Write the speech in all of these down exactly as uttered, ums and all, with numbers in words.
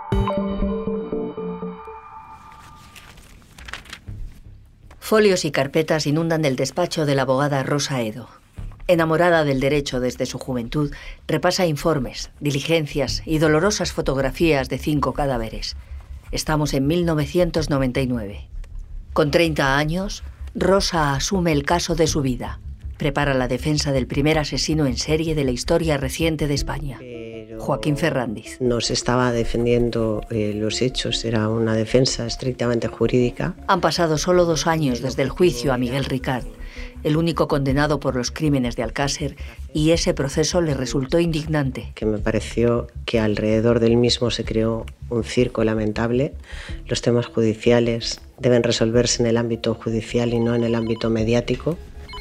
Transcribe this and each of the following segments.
Folios y carpetas inundan el despacho de la abogada Rosa Haedo. Enamorada del derecho desde su juventud, repasa informes, diligencias y dolorosas fotografías de cinco cadáveres. Estamos en mil novecientos noventa y nueve. Con treinta años, Rosa asume el caso de su vida. Prepara la defensa del primer asesino en serie de la historia reciente de España, Joaquín Ferrándiz. No se estaba defendiendo eh, los hechos, era una defensa estrictamente jurídica. Han pasado solo dos años desde el juicio a Miguel Ricard, el único condenado por los crímenes de Alcácer, y ese proceso le resultó indignante. Que me pareció que alrededor del mismo se creó un circo lamentable. Los temas judiciales deben resolverse en el ámbito judicial y no en el ámbito mediático.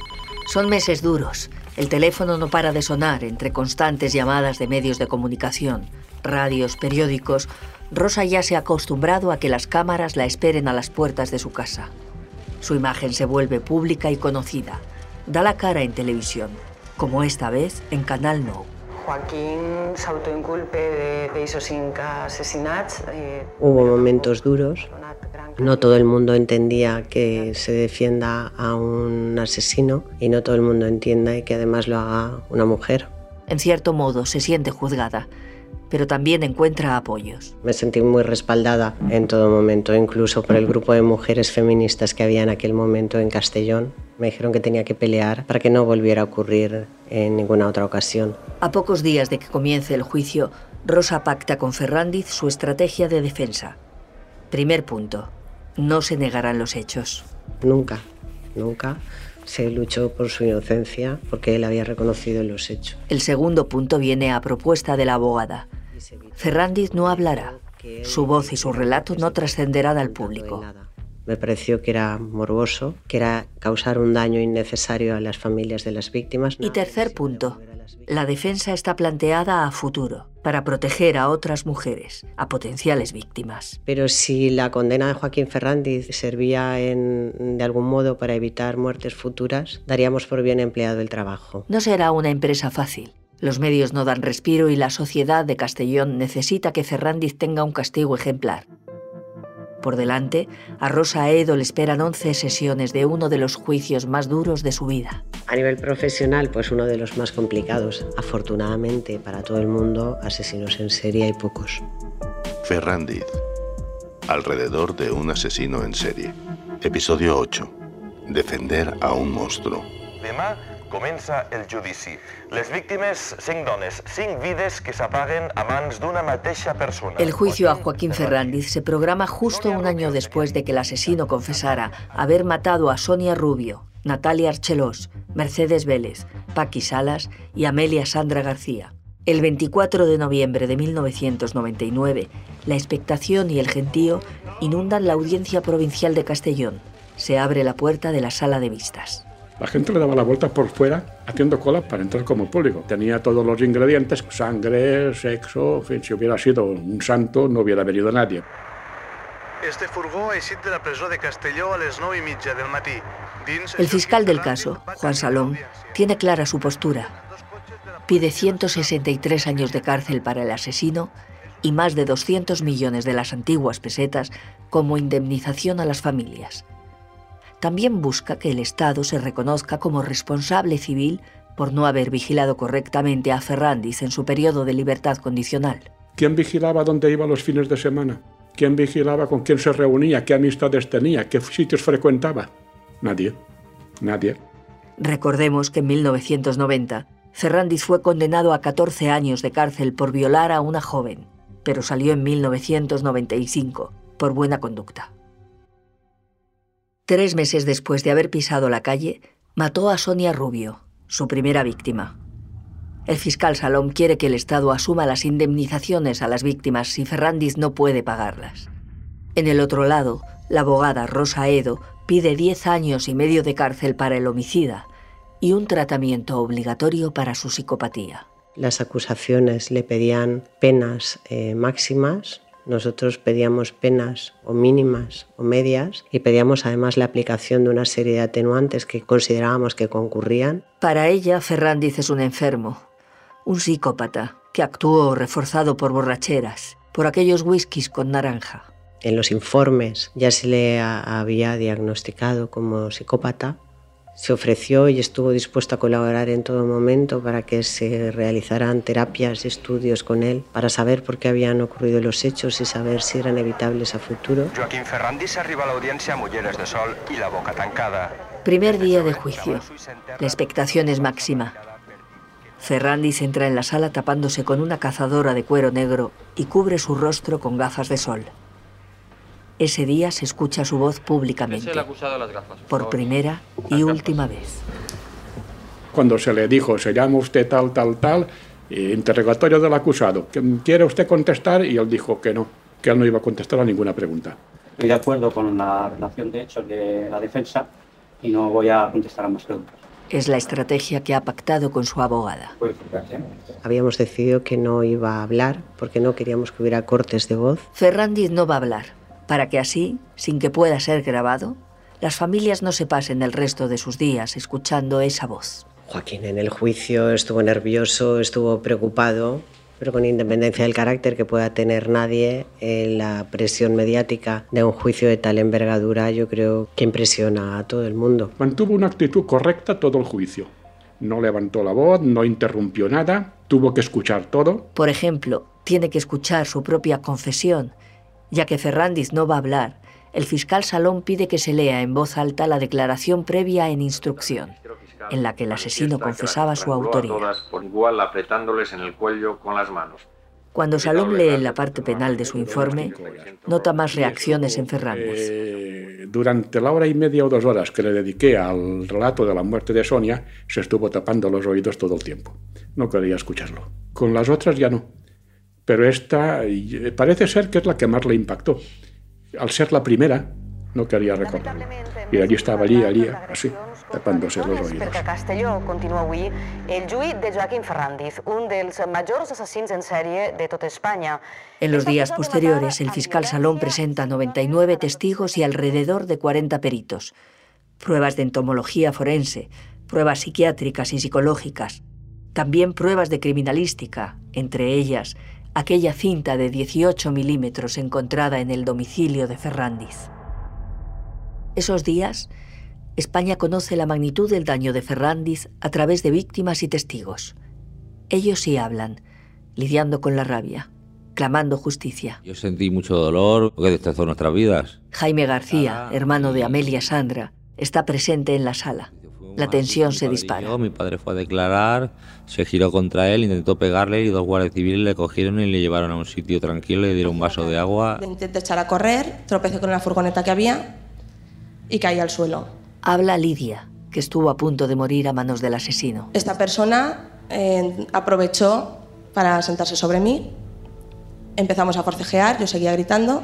Son meses duros. El teléfono no para de sonar entre constantes llamadas de medios de comunicación, radios, periódicos. Rosa ya se ha acostumbrado a que las cámaras la esperen a las puertas de su casa. Su imagen se vuelve pública y conocida. Da la cara en televisión, como esta vez en Canal Nou. Joaquín s'autoinculpa de esos cinco asesinatos. Eh, Hubo momentos duros. No todo el mundo entendía que se defienda a un asesino y no todo el mundo entienda que además lo haga una mujer. En cierto modo se siente juzgada, pero también encuentra apoyos. Me sentí muy respaldada en todo momento, incluso por el grupo de mujeres feministas que había en aquel momento en Castellón. Me dijeron que tenía que pelear para que no volviera a ocurrir en ninguna otra ocasión. A pocos días de que comience el juicio, Rosa pacta con Ferrándiz su estrategia de defensa. Primer punto. No se negarán los hechos. Nunca, nunca se luchó por su inocencia porque él había reconocido los hechos. El segundo punto viene a propuesta de la abogada. Ferrándiz no hablará. Su voz y su relato no trascenderán al público. Me pareció que era morboso, que era causar un daño innecesario a las familias de las víctimas. Y tercer punto. La defensa está planteada a futuro, para proteger a otras mujeres, a potenciales víctimas. Pero si la condena de Joaquín Ferrándiz servía en, de algún modo para evitar muertes futuras, daríamos por bien empleado el trabajo. No será una empresa fácil. Los medios no dan respiro y la sociedad de Castellón necesita que Ferrándiz tenga un castigo ejemplar. Por delante, a Rosa Haedo le esperan once sesiones de uno de los juicios más duros de su vida. A nivel profesional, pues uno de los más complicados. Afortunadamente, para todo el mundo, asesinos en serie hay pocos. Ferrándiz. Alrededor de un asesino en serie. Episodio ocho. Defender a un monstruo. Demà comença el judici. Les víctimes, cinc dones, cinc vides que s'apaguen a mans d'una mateixa persona. El juicio a Joaquín Ferrándiz se programa justo un año después de que el asesino confesara haber matado a Sonia Rubio, Natalia Archelós, Mercedes Vélez, Paqui Salas y Amelia Sandra García. El veinticuatro de noviembre de mil novecientos noventa y nueve, la expectación y el gentío inundan la Audiencia Provincial de Castellón. Se abre la puerta de la sala de vistas. La gente le daba la vuelta por fuera haciendo cola para entrar como público. Tenía todos los ingredientes, sangre, sexo, en fin, si hubiera sido un santo no hubiera venido nadie. Este furgó ha eixit de la presó de Castelló a les nou i mitja del matí. Dins el fiscal del caso, Juan Salom, tiene clara su postura. Pide ciento sesenta y tres años de cárcel para el asesino y más de doscientos millones de las antiguas pesetas como indemnización a las familias. También busca que el Estado se reconozca como responsable civil por no haber vigilado correctamente a Ferrándiz en su periodo de libertad condicional. ¿Quién vigilaba dónde iba los fines de semana? ¿Quién vigilaba con quién se reunía? ¿Qué amistades tenía? ¿Qué sitios frecuentaba? Nadie. Nadie. Recordemos que en mil novecientos noventa, Ferrándiz fue condenado a catorce años de cárcel por violar a una joven, pero salió en mil novecientos noventa y cinco por buena conducta. Tres meses después de haber pisado la calle, mató a Sonia Rubio, su primera víctima. El fiscal Salom quiere que el Estado asuma las indemnizaciones a las víctimas si Ferrándiz no puede pagarlas. En el otro lado, la abogada Rosa Haedo pide diez años y medio de cárcel para el homicida y un tratamiento obligatorio para su psicopatía. Las acusaciones le pedían penas eh, máximas. Nosotros pedíamos penas o mínimas o medias y pedíamos además la aplicación de una serie de atenuantes que considerábamos que concurrían. Para ella, Ferrándiz es un enfermo, un psicópata que actuó reforzado por borracheras, por aquellos whiskies con naranja. En los informes ya se le a, había diagnosticado como psicópata. Se ofreció y estuvo dispuesto a colaborar en todo momento para que se realizaran terapias y estudios con él para saber por qué habían ocurrido los hechos y saber si eran evitables a futuro. Joaquín Ferrandis arriba a l'audiència amb ulleres de sol i la boca tancada. Primer día de juicio. La expectación es máxima. Ferrandis entra en la sala tapándose con una cazadora de cuero negro y cubre su rostro con gafas de sol. Ese día se escucha su voz públicamente, por primera y última vez. Cuando se le dijo, se llama usted tal, tal, tal, interrogatorio del acusado, ¿quiere usted contestar? Y él dijo que no, que él no iba a contestar a ninguna pregunta. Estoy de acuerdo con la relación de hechos de la defensa y no voy a contestar a más preguntas. Es la estrategia que ha pactado con su abogada. Habíamos decidido que no iba a hablar porque no queríamos que hubiera cortes de voz. Ferrandis no va a hablar, para que así, sin que pueda ser grabado, las familias no se pasen el resto de sus días escuchando esa voz. Joaquín en el juicio estuvo nervioso, estuvo preocupado, pero con independencia del carácter que pueda tener nadie, eh, la presión mediática de un juicio de tal envergadura yo creo que impresiona a todo el mundo. Mantuvo una actitud correcta todo el juicio. No levantó la voz, no interrumpió nada, tuvo que escuchar todo. Por ejemplo, tiene que escuchar su propia confesión. Ya que Ferrandis no va a hablar, el fiscal Salom pide que se lea en voz alta la declaración previa en instrucción, en la que el asesino confesaba su autoría. Por igual apretándoles en el cuello con las manos. Cuando Salom lee la parte penal de su informe, nota más reacciones en Ferrandis. Eh, durante la hora y media o dos horas que le dediqué al relato de la muerte de Sonia, se estuvo tapando los oídos todo el tiempo. No quería escucharlo. Con las otras ya no. Pero esta parece ser que es la que más le impactó. Al ser la primera, no quería recordarlo. I allí estava, allí, allí, así, tapándose los oídos. Perquè a Castelló continua avui el juit de Joaquín Ferrandis, un dels majors assassins en sèrie de tota Espanya. En los días posteriores, el fiscal Salom presenta noventa y nueve testigos y alrededor de cuarenta peritos. Pruebas de entomología forense, pruebas psiquiátricas y psicológicas. También pruebas de criminalística, entre ellas aquella cinta de dieciocho milímetros encontrada en el domicilio de Ferrandis. Esos días, España conoce la magnitud del daño de Ferrandis a través de víctimas y testigos. Ellos sí hablan, lidiando con la rabia, clamando justicia. Yo sentí mucho dolor, porque destrozó nuestras vidas. Jaime García, hermano de Amelia Sandra, está presente en la sala. La tensión se dispara. Mi padre fue a declarar, se giró contra él, intentó pegarle y dos guardias civiles le cogieron y le llevaron a un sitio tranquilo, le dieron un vaso de agua. Intenté echar a correr, tropecé con la furgoneta que había y caí al suelo. Habla Lidia, que estuvo a punto de morir a manos del asesino. Esta persona eh, aprovechó para sentarse sobre mí. Empezamos a forcejear, yo seguía gritando.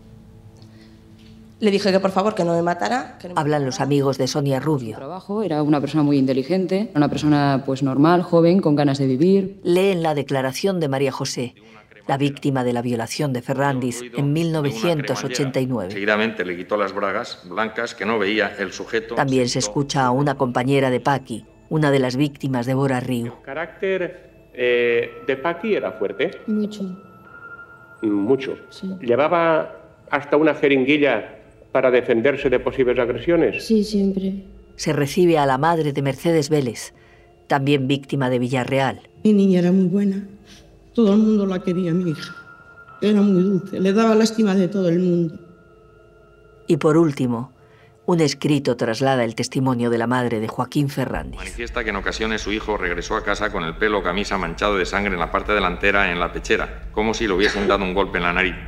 Le dije que por favor que no me matara. Que no me Hablan los amigos de Sonia Rubio. Trabajo, era una persona muy inteligente, una persona pues normal, joven, con ganas de vivir. Leen la declaración de María José, la víctima de la violación de Ferrandis en mil novecientos ochenta y nueve. Seguidamente le quitó las bragas blancas que no veía el sujeto. También se escucha a una compañera de Paqui, una de las víctimas de Bora Riu. ¿El carácter eh, de Paqui era fuerte? Mucho. Mucho. Sí. ¿Llevaba hasta una jeringuilla para defenderse de posibles agresiones? Sí, siempre. Se recibe a la madre de Mercedes Vélez, también víctima de Villarreal. Mi niña era muy buena. Todo el mundo la quería, mi hija. Era muy dulce, le daba lástima de todo el mundo. Y por último, un escrito traslada el testimonio de la madre de Joaquín Ferrandis. Manifiesta que en ocasiones su hijo regresó a casa con el pelo o camisa manchado de sangre en la parte delantera en la pechera, como si le hubiesen dado un golpe en la nariz.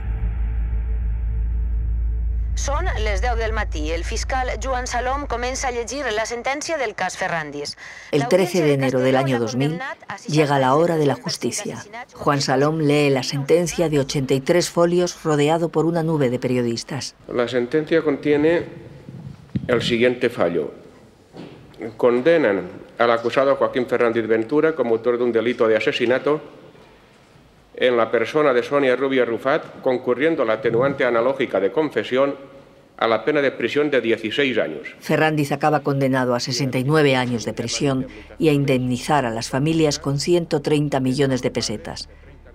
Són les deu del matí. El fiscal Joan Salom comença a llegir la sentència del cas Ferrandis. El trece de enero del año dos mil llega la hora de la justicia. Juan Salom lee la sentencia de ochenta y tres folios rodeado por una nube de periodistas. La sentencia contiene el siguiente fallo. Condenan al acusado Joaquín Ferrandis Ventura como autor de un delito de asesinato en la persona de Sonia Rubio Arrufat, concurriendo la atenuante analógica de confesión a la pena de prisión de dieciséis años. Ferrandis acaba condenado a sesenta y nueve años de prisión y a indemnizar a las familias con ciento treinta millones de pesetas.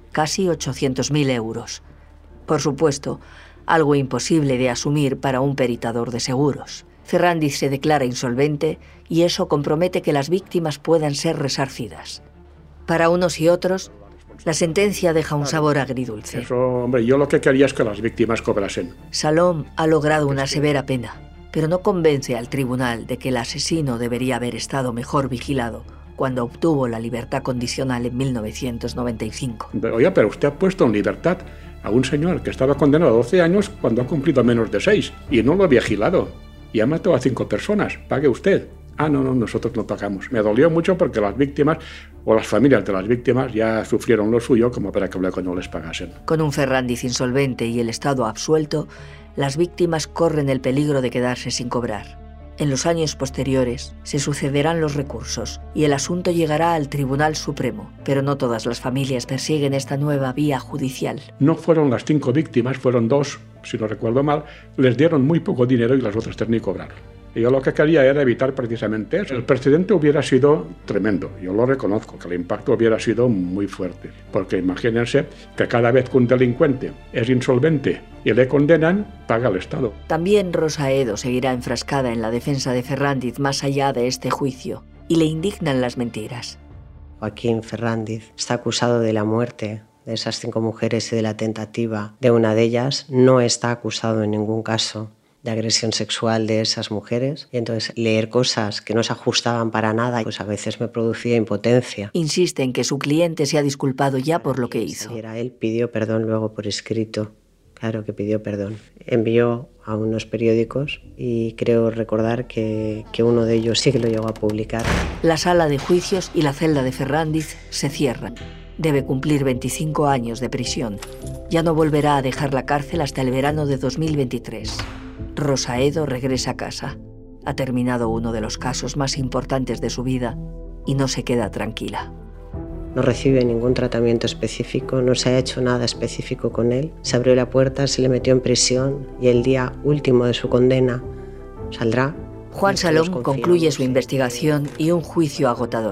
casi ochocientos mil euros. Por supuesto, algo imposible de asumir para un peritador de seguros. Ferrandiz se declara insolvente y eso compromete que las víctimas puedan ser resarcidas. Para unos y otros, la sentencia deja un sabor agridulce. Eso, hombre, yo lo que quería es que las víctimas cobrasen. Salom ha logrado una severa pena, pero no convence al tribunal de que el asesino debería haber estado mejor vigilado cuando obtuvo la libertad condicional en mil novecientos noventa y cinco. Oye, pero usted ha puesto en libertad a un señor que estaba condenado a doce años cuando ha cumplido menos de seis y no lo ha vigilado y ha matado a cinco personas. Pague usted. Ah, no, no, nosotros no pagamos. Me dolió mucho porque las víctimas o las familias de las víctimas ya sufrieron lo suyo como para que luego no les pagasen. Con un Ferrandiz insolvente y el Estado absuelto, las víctimas corren el peligro de quedarse sin cobrar. En los años posteriores se sucederán los recursos y el asunto llegará al Tribunal Supremo, pero no todas las familias persiguen esta nueva vía judicial. No fueron las cinco víctimas, fueron dos, si no recuerdo mal, les dieron muy poco dinero y las otras tres ni cobraron. Y yo lo que quería era evitar precisamente eso. El precedente hubiera sido tremendo, yo lo reconozco, que el impacto hubiera sido muy fuerte. Porque imagínense que cada vez que un delincuente es insolvente y le condenan, paga el Estado. También Rosa Edo seguirá enfrascada en la defensa de Ferrandiz más allá de este juicio, y le indignan las mentiras. Joaquín Ferrandiz está acusado de la muerte de esas cinco mujeres y de la tentativa de una de ellas. No está acusado en ningún caso de agresión sexual de esas mujeres, y entonces leer cosas que no se ajustaban para nada pues a veces me producía impotencia. Insiste en que su cliente se ha disculpado ya por lo que hizo. Él pidió perdón luego por escrito, claro que pidió perdón. Envió a unos periódicos y creo recordar que, que uno de ellos sí que lo llegó a publicar. La sala de juicios y la celda de Ferrandiz se cierran. Debe cumplir veinticinco años de prisión. Ya no volverá a dejar la cárcel hasta el verano de dos mil veintitrés. Rosa Edo regresa a casa. Ha terminado uno de los casos más importantes de su vida y no se queda tranquila. No recibe ningún tratamiento específico, no se ha hecho nada específico con él. Se abrió la puerta, se le metió en prisión y el día último de su condena saldrá. Juan Salom concluye su investigación y un juicio agotador.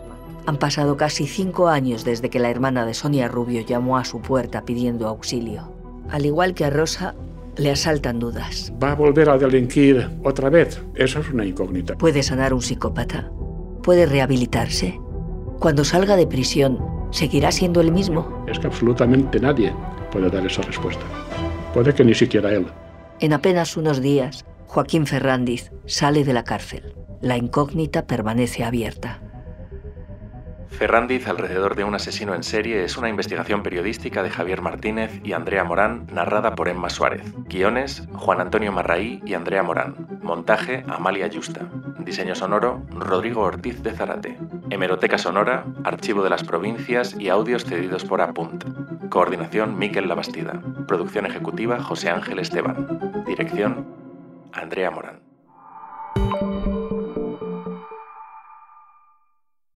Han pasado casi cinco años desde que la hermana de Sonia Rubio llamó a su puerta pidiendo auxilio. Al igual que a Rosa, le asaltan dudas. ¿Va a volver a delinquir otra vez? Eso es una incógnita. ¿Puede sanar un psicópata? ¿Puede rehabilitarse? Cuando salga de prisión, ¿seguirá siendo el mismo? Es que absolutamente nadie puede dar esa respuesta. Puede que ni siquiera él. En apenas unos días, Joaquín Ferrandiz sale de la cárcel. La incógnita permanece abierta. Ferrandiz, alrededor de un asesino en serie, es una investigación periodística de Javier Martínez y Andrea Morán, narrada por Emma Suárez. Guiones, Juan Antonio Marraí y Andrea Morán. Montaje, Amalia Yusta. Diseño sonoro, Rodrigo Ortiz de Zarate. Hemeroteca sonora, Archivo de las Provincias y audios cedidos por Apunt. Coordinación, Miquel Labastida. Producción ejecutiva, José Ángel Esteban. Dirección, Andrea Morán.